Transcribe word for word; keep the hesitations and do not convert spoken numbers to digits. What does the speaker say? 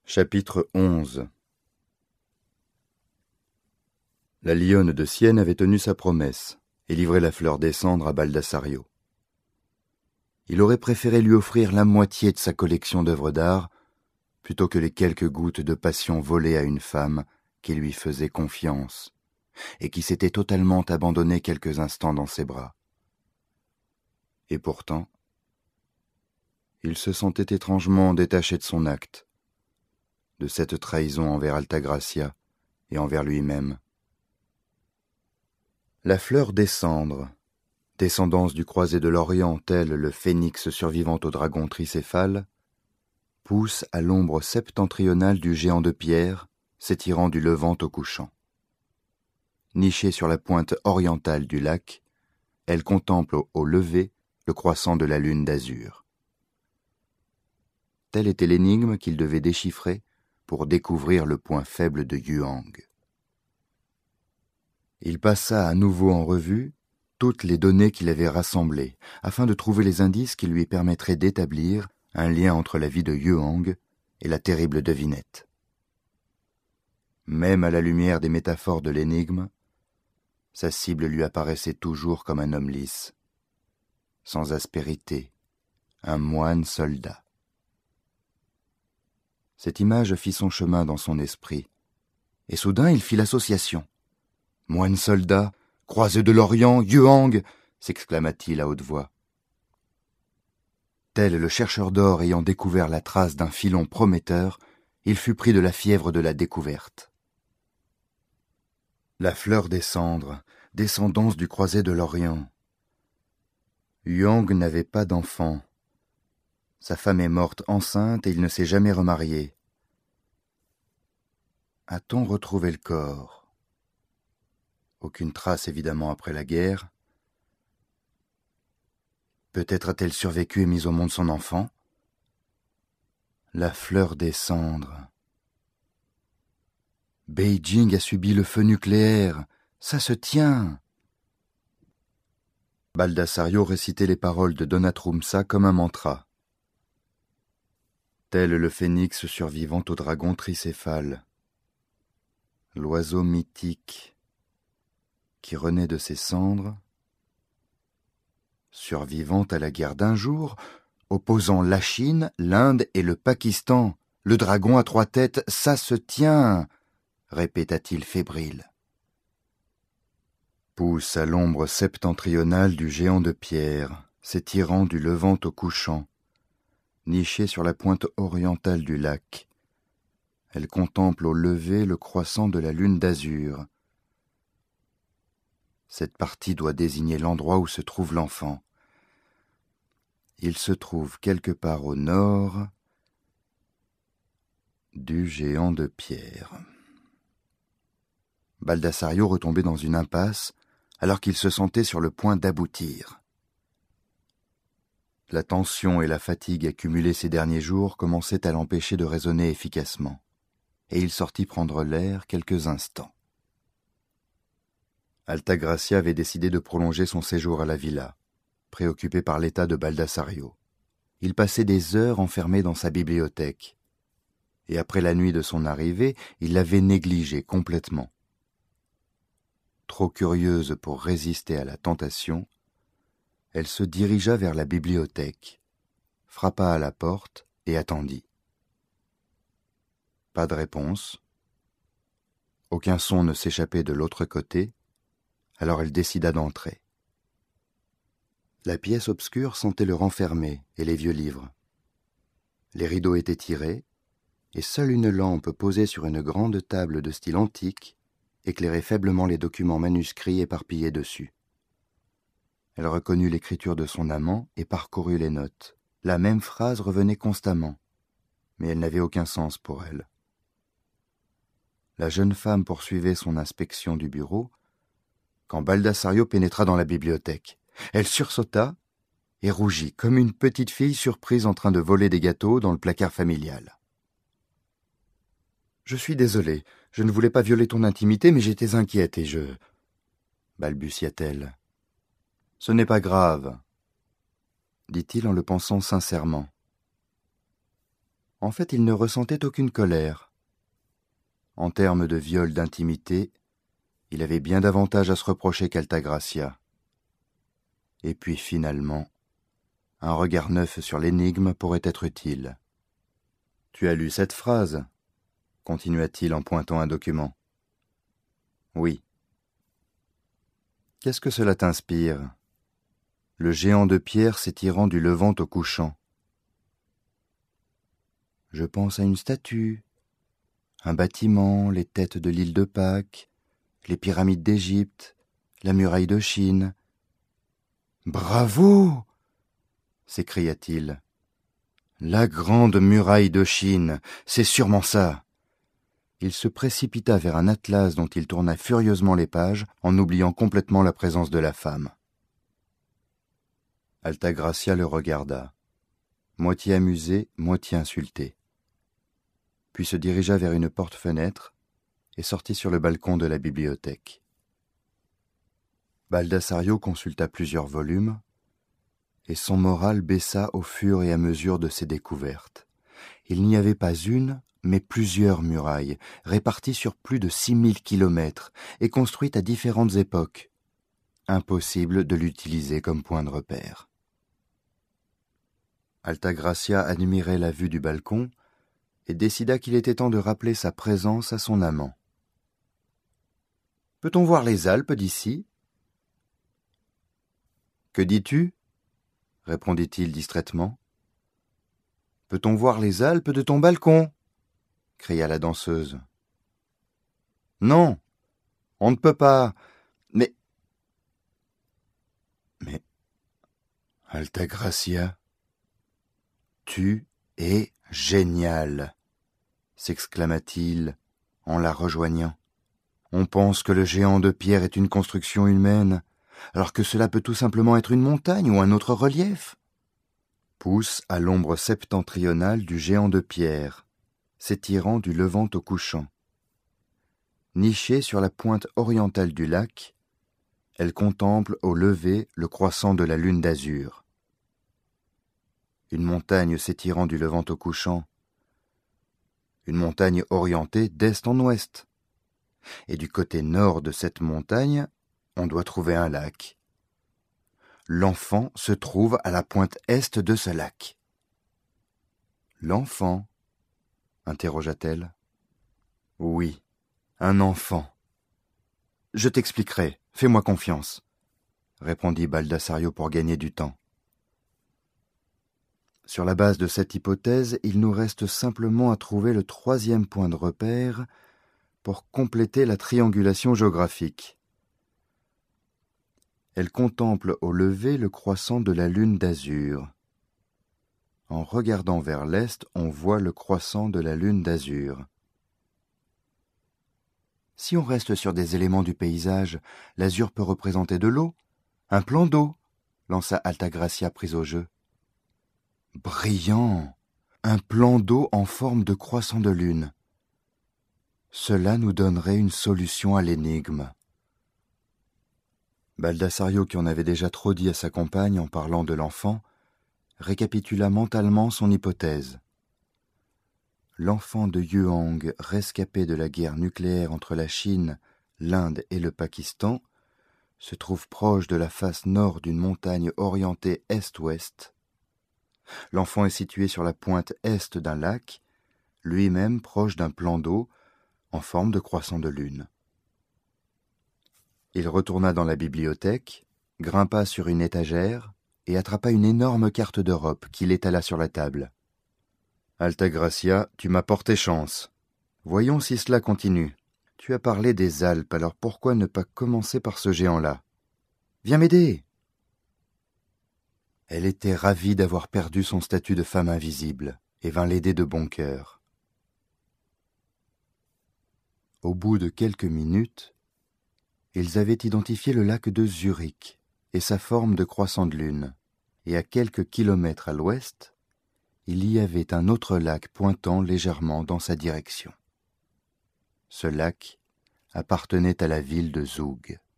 Chapitre onze. La lionne de Sienne avait tenu sa promesse et livré la fleur des cendres à Baldasario. Il aurait préféré lui offrir la moitié de sa collection d'œuvres d'art plutôt que les quelques gouttes de passion volées à une femme qui lui faisait confiance et qui s'était totalement abandonnée quelques instants dans ses bras. Et pourtant, il se sentait étrangement détaché de son acte, de cette trahison envers Altagracia et envers lui-même. La fleur des cendres, descendance du croisé de l'Orient tel le phénix survivant au dragon tricéphale, pousse à l'ombre septentrionale du géant de pierre, s'étirant du levant au couchant. Nichée sur la pointe orientale du lac, elle contemple au lever le croissant de la lune d'azur. Telle était l'énigme qu'il devait déchiffrer pour découvrir le point faible de Yuang. Il passa à nouveau en revue toutes les données qu'il avait rassemblées, afin de trouver les indices qui lui permettraient d'établir un lien entre la vie de Yuang et la terrible devinette. Même à la lumière des métaphores de l'énigme, sa cible lui apparaissait toujours comme un homme lisse, sans aspérité, un moine soldat. Cette image fit son chemin dans son esprit, et soudain il fit l'association. « Moine soldat, croisé de l'Orient, Yuang !» s'exclama-t-il à haute voix. Tel le chercheur d'or ayant découvert la trace d'un filon prometteur, il fut pris de la fièvre de la découverte. La fleur des cendres, descendance du croisé de l'Orient. Yuang n'avait pas d'enfant. Sa femme est morte enceinte et il ne s'est jamais remarié. A-t-on retrouvé le corps ? Aucune trace évidemment après la guerre. Peut-être a-t-elle survécu et mis au monde son enfant ? La fleur des cendres. Beijing a subi le feu nucléaire. Ça se tient. Baldasario récitait les paroles de Donatrumsa comme un mantra. Tel le phénix survivant au dragon tricéphale, l'oiseau mythique qui renaît de ses cendres, survivant à la guerre d'un jour, opposant la Chine, l'Inde et le Pakistan. Le dragon à trois têtes, ça se tient, répéta-t-il fébrile. Pousse à l'ombre septentrionale du géant de pierre, s'étirant du levant au couchant, nichée sur la pointe orientale du lac. Elle contemple au lever le croissant de la lune d'azur. Cette partie doit désigner l'endroit où se trouve l'enfant. Il se trouve quelque part au nord du géant de pierre. Baldasario retombait dans une impasse alors qu'il se sentait sur le point d'aboutir. La tension et la fatigue accumulées ces derniers jours commençaient à l'empêcher de raisonner efficacement, et il sortit prendre l'air quelques instants. Altagracia avait décidé de prolonger son séjour à la villa, préoccupé par l'état de Baldasario. Il passait des heures enfermé dans sa bibliothèque, et après la nuit de son arrivée, il l'avait négligé complètement. Trop curieuse pour résister à la tentation, elle se dirigea vers la bibliothèque, frappa à la porte et attendit. Pas de réponse. Aucun son ne s'échappait de l'autre côté, alors elle décida d'entrer. La pièce obscure sentait le renfermé et les vieux livres. Les rideaux étaient tirés, et seule une lampe posée sur une grande table de style antique éclairait faiblement les documents manuscrits éparpillés dessus. Elle reconnut l'écriture de son amant et parcourut les notes. La même phrase revenait constamment, mais elle n'avait aucun sens pour elle. La jeune femme poursuivait son inspection du bureau quand Baldasario pénétra dans la bibliothèque. Elle sursauta et rougit comme une petite fille surprise en train de voler des gâteaux dans le placard familial. « Je suis désolée, je ne voulais pas violer ton intimité, mais j'étais inquiète et je... » balbutia-t-elle. « Ce n'est pas grave, dit-il en le pensant sincèrement. En fait, il ne ressentait aucune colère. En termes de viol d'intimité, il avait bien davantage à se reprocher qu'Altagracia. Et puis finalement, un regard neuf sur l'énigme pourrait être utile. « Tu as lu cette phrase ?» continua-t-il en pointant un document. « Oui. »« Qu'est-ce que cela t'inspire ? Le géant de pierre s'étirant du levant au couchant. »« Je pense à une statue, un bâtiment, les têtes de l'île de Pâques, les pyramides d'Égypte, la muraille de Chine. »« Bravo !» s'écria-t-il. « La grande muraille de Chine, c'est sûrement ça !» Il se précipita vers un atlas dont il tourna furieusement les pages en oubliant complètement la présence de la femme. Altagracia le regarda, moitié amusé, moitié insulté, puis se dirigea vers une porte-fenêtre et sortit sur le balcon de la bibliothèque. Baldasario consulta plusieurs volumes, et son moral baissa au fur et à mesure de ses découvertes. Il n'y avait pas une, mais plusieurs murailles, réparties sur plus de six mille kilomètres et construites à différentes époques. Impossible de l'utiliser comme point de repère. Altagracia admirait la vue du balcon et décida qu'il était temps de rappeler sa présence à son amant. « Peut-on voir les Alpes d'ici ?»« Que dis-tu » répondit-il distraitement. « Peut-on voir les Alpes de ton balcon ?» cria la danseuse. « Non, on ne peut pas, mais... »« Mais, Altagracia, tu es génial !» s'exclama-t-il en la rejoignant. « On pense que le géant de pierre est une construction humaine, alors que cela peut tout simplement être une montagne ou un autre relief. » Pousse à l'ombre septentrionale du géant de pierre, s'étirant du levant au couchant. Nichée sur la pointe orientale du lac, elle contemple au lever le croissant de la lune d'azur. Une montagne s'étirant du levant au couchant, une montagne orientée d'est en ouest. Et du côté nord de cette montagne, on doit trouver un lac. L'enfant se trouve à la pointe est de ce lac. « L'enfant » interrogea-t-elle. « Oui, un enfant. »« Je t'expliquerai, fais-moi confiance, » répondit Baldasario pour gagner du temps. Sur la base de cette hypothèse, il nous reste simplement à trouver le troisième point de repère pour compléter la triangulation géographique. Elle contemple au lever le croissant de la lune d'azur. En regardant vers l'est, on voit le croissant de la lune d'azur. Si on reste sur des éléments du paysage, l'azur peut représenter de l'eau, un plan d'eau, lança Altagracia prise au jeu. Brillant! Un plan d'eau en forme de croissant de lune. Cela nous donnerait une solution à l'énigme. Baldasario, qui en avait déjà trop dit à sa compagne en parlant de l'enfant, récapitula mentalement son hypothèse. L'enfant de Yuang, rescapé de la guerre nucléaire entre la Chine, l'Inde et le Pakistan, se trouve proche de la face nord d'une montagne orientée est-ouest. L'enfant est situé sur la pointe est d'un lac, lui-même proche d'un plan d'eau en forme de croissant de lune. Il retourna dans la bibliothèque, grimpa sur une étagère et attrapa une énorme carte d'Europe qu'il étala sur la table. « Altagracia, tu m'as porté chance. Voyons si cela continue. Tu as parlé des Alpes, alors pourquoi ne pas commencer par ce géant-là ? Viens m'aider !» Elle était ravie d'avoir perdu son statut de femme invisible et vint l'aider de bon cœur. Au bout de quelques minutes, ils avaient identifié le lac de Zurich et sa forme de croissant de lune, et à quelques kilomètres à l'ouest, il y avait un autre lac pointant légèrement dans sa direction. Ce lac appartenait à la ville de Zug.